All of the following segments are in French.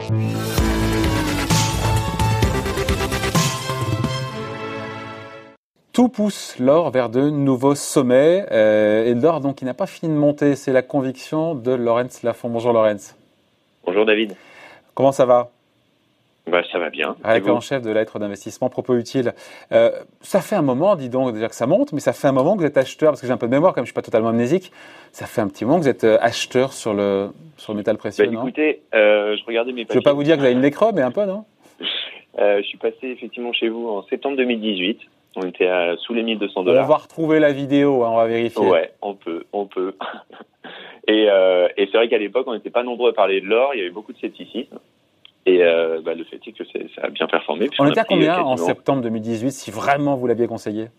Tout pousse l'or vers de nouveaux sommets et l'or donc il n'a pas fini de monter, c'est la conviction de Laurens Lafont. Bonjour Laurens. Bonjour David. Comment ça va? Ça va bien. Rédacteur en chef de la lettre d'investissement Propos Utile. Ça fait un moment, dis donc, déjà que ça monte, mais ça fait un moment que vous êtes acheteur, parce que j'ai un peu de mémoire, comme je ne suis pas totalement amnésique, ça fait un petit moment que vous êtes acheteur sur le métal précieux, non? Écoutez, je regardais mes papiers. Je ne veux pas vous dire que vous avez une nécrobe, mais un peu, non? Je suis passé effectivement chez vous en septembre 2018. On était sous les $1 200. On va retrouver la vidéo, hein, on va vérifier. Ouais, on peut. Et c'est vrai qu'à l'époque, on n'était pas nombreux à parler de l'or, il y avait beaucoup de scepticisme. Et le fait est que ça a bien performé. On était à combien en septembre 2018, si vraiment vous l'aviez conseillé?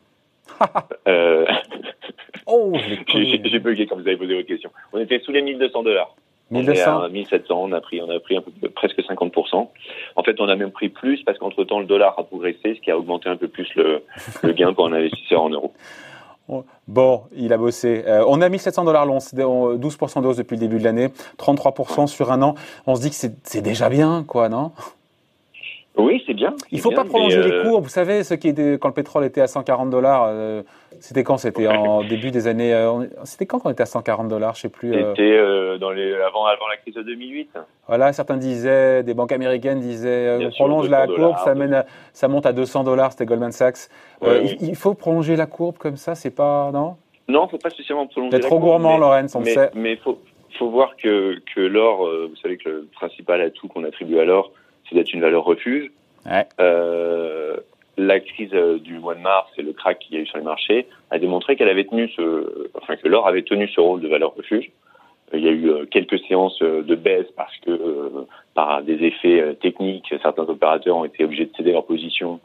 J'ai bugué quand vous avez posé votre question. On était sous les $1 200. 1200. On est à 1700, on a pris un peu, presque 50%. En fait, on a même pris plus parce qu'entre-temps, le dollar a progressé, ce qui a augmenté un peu plus le gain pour un investisseur en euros. Bon, il a bossé. On a $1 700 l'once, 12% de hausse depuis le début de l'année, 33% sur un an. On se dit que c'est déjà bien, quoi, non? Oui, c'est bien. Il ne faut pas prolonger les cours. Vous savez, quand le pétrole était à $140, c'était quand? C'était en début des années. C'était quand on était à $140? Je ne sais plus. C'était avant la crise de 2008. Voilà, certains disaient, des banques américaines disaient, on prolonge la courbe, ça monte à $200. C'était Goldman Sachs. Il faut prolonger la courbe comme ça, c'est pas, non? Non, il ne faut pas spécialement prolonger la courbe. Vous êtes trop gourmand, Laurens, on le sait. Mais il faut voir que l'or, vous savez que le principal atout qu'on attribue à l'or, c'est d'être une valeur refuge. Ouais. La crise du mois de mars et le krach qu'il y a eu sur les marchés a démontré qu'elle avait que l'or avait tenu ce rôle de valeur refuge. Il y a eu quelques séances de baisse parce que par des effets techniques, certains opérateurs ont été obligés de céder leur position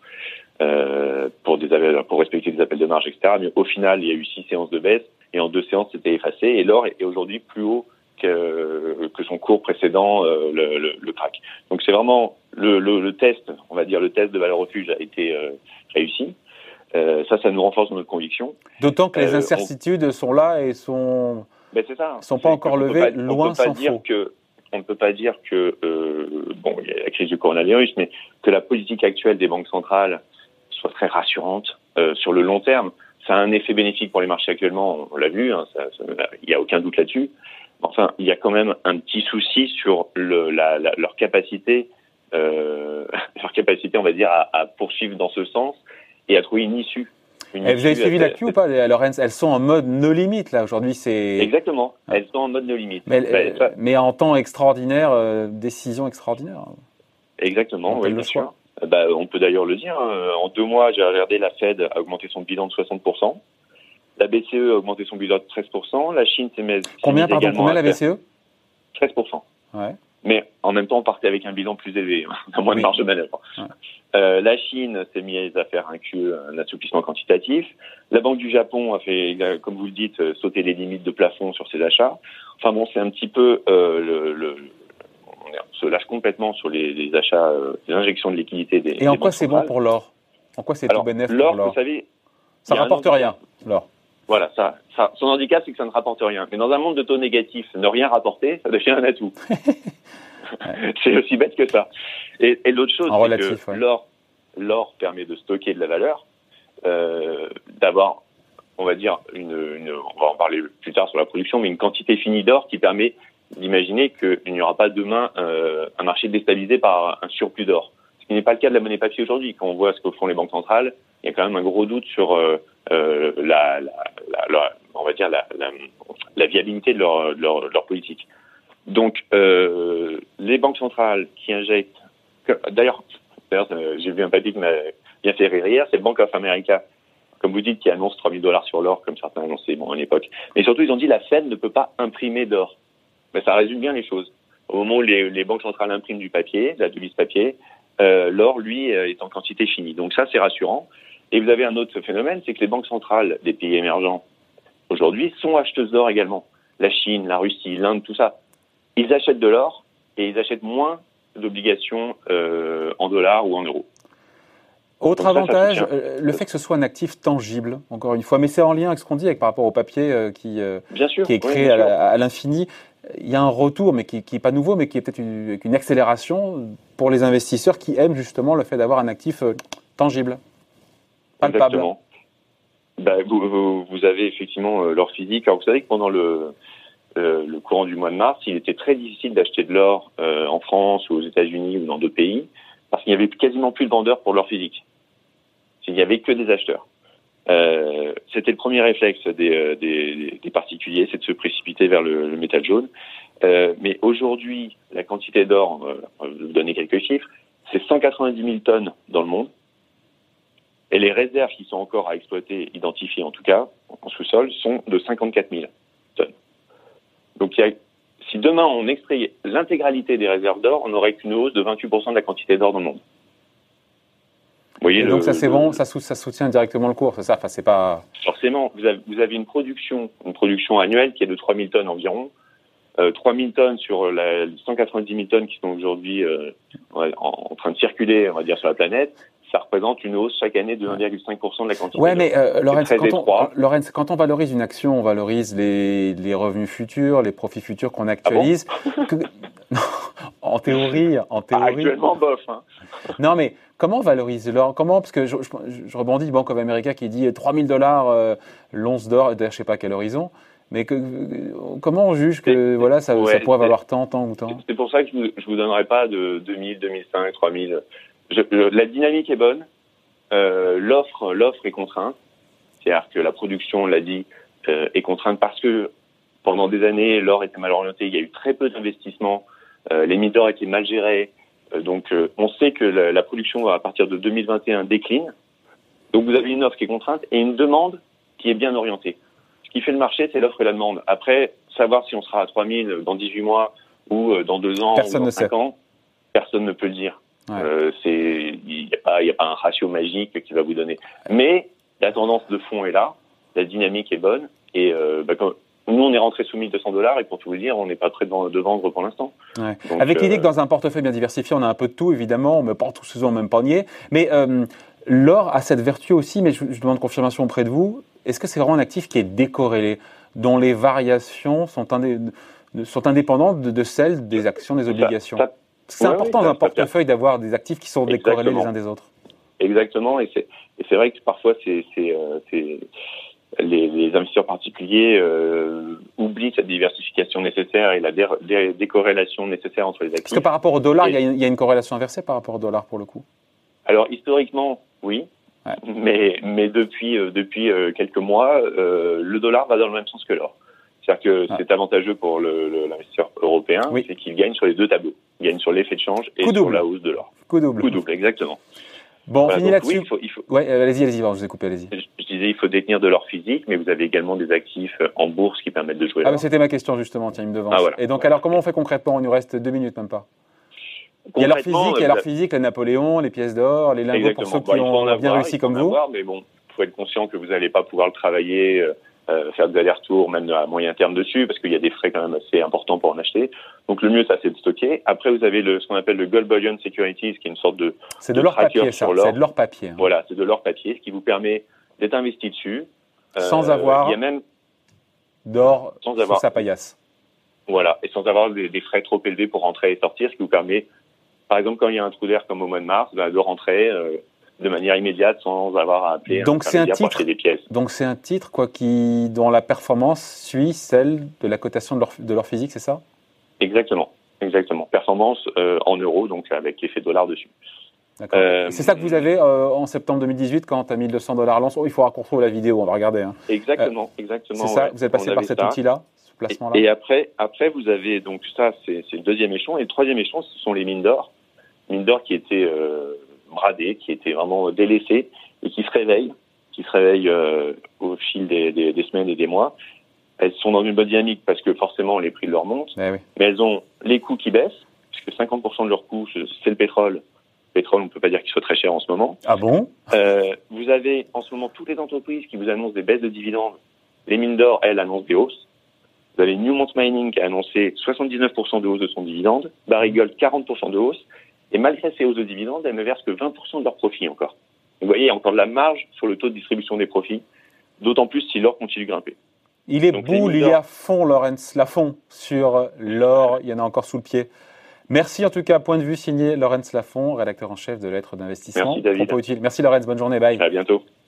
pour respecter des appels de marge, etc. Mais au final, il y a eu 6 séances de baisse et en 2 séances, c'était effacé. Et l'or est aujourd'hui plus haut que son cours précédent, le krach. Donc c'est vraiment le test, on va dire le test de valeur refuge a été réussi. Ça nous renforce dans notre conviction. D'autant que les incertitudes sont là et sont pas encore levées, loin s'en faut. On ne peut pas dire que il y a la crise du coronavirus, mais que la politique actuelle des banques centrales soit très rassurante sur le long terme. Ça a un effet bénéfique pour les marchés actuellement, on l'a vu, il n'y a aucun doute là-dessus. Enfin, il y a quand même un petit souci sur leur capacité, on va dire, à poursuivre dans ce sens et à trouver une issue. Vous avez suivi l'actu ou pas, Laurens? Elles sont en mode no limit, là, aujourd'hui. Exactement, elles sont en mode no limit. Mais en temps extraordinaire, décision extraordinaire. Exactement, oui, bien sûr. On peut d'ailleurs le dire. En 2 mois, j'ai regardé, la Fed a augmenté son bilan de 60%. La BCE a augmenté son bilan de 13%. La Chine s'est mise Combien la BCE? 13%. Ouais. Mais en même temps, on partait avec un bilan plus élevé, moins de marge de manœuvre. Ouais. La Chine s'est mise à faire un assouplissement quantitatif. La Banque du Japon a fait, comme vous le dites, sauter les limites de plafond sur ses achats. Enfin bon, c'est un petit peu on se lâche complètement sur les achats, les injections de liquidité des. Et en quoi c'est bon pour l'or? En quoi c'est tout bénéfique pour l'or? Vous savez, ça rapporte rien, l'or. Voilà, son handicap, c'est que ça ne rapporte rien. Mais dans un monde de taux négatifs, ne rien rapporter, ça devient un atout. C'est aussi bête que ça. Et l'autre chose, c'est que l'or permet de stocker de la valeur, d'avoir, on va dire, on va en parler plus tard sur la production, mais une quantité finie d'or qui permet d'imaginer qu'il n'y aura pas demain un marché déstabilisé par un surplus d'or. Ce qui n'est pas le cas de la monnaie papier aujourd'hui. Quand on voit ce que font les banques centrales, il y a quand même un gros doute sur on va dire la viabilité de leur politique. Donc les banques centrales qui injectent, d'ailleurs j'ai vu un papier qui m'a bien fait rire hier, c'est Bank of America, comme vous dites, qui annonce $3,000 sur l'or, comme certains annonçaient à l'époque. Mais surtout, ils ont dit la Fed ne peut pas imprimer d'or. Mais ça résume bien les choses. Au moment où les banques centrales impriment du papier, de la devise papier, l'or, lui, est en quantité finie. Donc ça, c'est rassurant. Et vous avez un autre phénomène, c'est que les banques centrales des pays émergents, aujourd'hui, sont acheteuses d'or également. La Chine, la Russie, l'Inde, tout ça. Ils achètent de l'or et ils achètent moins d'obligations en dollars ou en euros. Autre avantage, le fait que ce soit un actif tangible, encore une fois, mais c'est en lien avec ce qu'on dit par rapport au papier qui est créé à l'infini. il y a un retour, mais qui n'est pas nouveau, mais qui est peut-être une accélération pour les investisseurs qui aiment justement le fait d'avoir un actif tangible, palpable. Exactement. Vous avez effectivement l'or physique. Alors vous savez que pendant le courant du mois de mars, il était très difficile d'acheter de l'or en France ou aux États-Unis ou dans d'autres pays, parce qu'il n'y avait quasiment plus de vendeurs pour l'or physique. Il n'y avait que des acheteurs. C'était le premier réflexe des particuliers, c'est de se précipiter vers le métal jaune. Mais aujourd'hui, la quantité d'or, je vais vous donner quelques chiffres, c'est 190 000 tonnes dans le monde. Et les réserves qui sont encore à exploiter, identifiées en tout cas, en sous-sol, sont de 54 000 tonnes. Donc si demain on extrait l'intégralité des réserves d'or, on n'aurait qu'une hausse de 28% de la quantité d'or dans le monde. Vous voyez, donc ça c'est bon, ça soutient directement le cours, c'est ça. Enfin, c'est pas forcément. Vous avez une production annuelle qui est de 3 000 tonnes environ. 3 000 tonnes sur les 190 000 tonnes qui sont aujourd'hui en train de circuler, on va dire, sur la planète. Ça représente une hausse chaque année de 1,5% de la quantité. Ouais, mais Laurence, quand on valorise une action, on valorise les revenus futurs, les profits futurs qu'on actualise. Ah bon En théorie. Actuellement, bof. Hein. Non, mais comment on valorise l'or? Comment? Parce que je rebondis, Bank of America qui dit $3 000 l'once d'or, d'ailleurs, je sais pas à quel horizon. Mais comment on juge que ça pourrait valoir tant ou tant? C'est pour ça que je vous donnerai pas de 2000, 2005, 3000. La dynamique est bonne. L'offre est contrainte. C'est-à-dire que la production, on l'a dit, est contrainte parce que pendant des années, l'or était mal orienté. Il y a eu très peu d'investissements. Les mines d'or étaient mal gérées. Donc, on sait que la production, à partir de 2021, décline. Donc, vous avez une offre qui est contrainte et une demande qui est bien orientée. Ce qui fait le marché, c'est l'offre et la demande. Après, savoir si on sera à 3000 dans 18 mois ou dans 2 ans ou dans 5 ans, personne ne peut le dire. Ouais. Il n'y a pas un ratio magique qui va vous donner. Mais la tendance de fond est là, la dynamique est bonne. Et nous, on est rentré sous $1 200 et pour tout vous dire, on n'est pas prêt de vendre pour l'instant. Ouais. Donc, avec l'idée que dans un portefeuille bien diversifié, on a un peu de tout, évidemment, on ne met pas tout sous au même panier. Mais l'or a cette vertu aussi, mais je demande confirmation auprès de vous. Est-ce que c'est vraiment un actif qui est décorrélé, dont les variations sont indépendantes de celles des actions, des obligations? C'est important dans un portefeuille d'avoir des actifs qui sont décorrélés les uns des autres. Exactement, et c'est vrai que parfois les investisseurs particuliers oublient cette diversification nécessaire et la décorrélation nécessaire entre les actifs. Parce que par rapport au dollar, il y a une corrélation inversée par rapport au dollar pour le coup. Alors historiquement, oui. Ouais. Mais depuis quelques mois, le dollar va dans le même sens que l'or. C'est-à-dire que c'est avantageux pour l'investisseur européen, c'est qu'il gagne sur les deux tableaux. Il gagne sur l'effet de change et sur la hausse de l'or. Coup double. Coup double, exactement. Bon, on finit là-dessus. Oui, allez-y, je vous ai coupé, allez-y. Je disais, il faut détenir de l'or physique, mais vous avez également des actifs en bourse qui permettent de jouer l'or. Mais c'était ma question justement, tiens, il me devance. Et donc, alors, comment on fait concrètement? Il nous reste 2 minutes, même pas. Il y a l'or physique, les Napoléon, les pièces d'or, les lingots pour ceux qui ont bien réussi comme vous. Mais bon, il faut être conscient que vous n'allez pas pouvoir le travailler, faire des allers-retours, même à moyen terme dessus, parce qu'il y a des frais quand même assez importants pour en acheter. Donc le mieux, ça, c'est de stocker. Après, vous avez ce qu'on appelle le Gold Bullion Securities, qui est une sorte de c'est de l'or papier, ça. C'est de l'or papier. Voilà, c'est de l'or papier, ce qui vous permet d'être investi dessus. Sans avoir il y a même d'or sous sa paillasse. Voilà, et sans avoir des frais trop élevés pour rentrer et sortir, ce qui vous permet, par exemple, quand il y a un trou d'air comme au mois de mars, de rentrer de manière immédiate sans avoir à appeler un intermédiaire pour acheter des pièces. Donc c'est un titre dont la performance suit celle de la cotation de l'or physique, c'est ça? Exactement. Performance en euros, donc avec l'effet dollar dessus. C'est ça que vous avez en septembre 2018 quand à $1 l'once. Il faudra qu'on retrouve la vidéo, on va regarder. Hein. Exactement. C'est ça, vous êtes passé par cet outil-là, ce placement-là. Et après, vous avez, donc ça, c'est le deuxième échelon. Et le troisième échelon, ce sont les mines d'or. Mines d'or qui étaient bradées, qui étaient vraiment délaissées et qui se réveillent au fil des semaines et des mois. Elles sont dans une bonne dynamique parce que forcément les prix de l'or montent, mais elles ont les coûts qui baissent, puisque 50% de leurs coûts, c'est le pétrole. Le pétrole, on ne peut pas dire qu'il soit très cher en ce moment. Ah bon? Vous avez en ce moment toutes les entreprises qui vous annoncent des baisses de dividendes. Les mines d'or, elles, annoncent des hausses. Vous avez Newmont Mining qui a annoncé 79% de hausse de son dividende, Barrick Gold 40% de hausse, et malgré ces hausses de dividendes, elles ne versent que 20% de leurs profits encore. Vous voyez, il y a encore de la marge sur le taux de distribution des profits, d'autant plus si l'or continue de grimper. Il est Donc, boule, il est à fond, Laurens Lafont, sur l'or. Il y en a encore sous le pied. Merci en tout cas. Point de vue signé Laurens Lafont, rédacteur en chef de Lettres d'investissement. Merci David. Propos utile. Merci Laurens, bonne journée. Bye. À bientôt.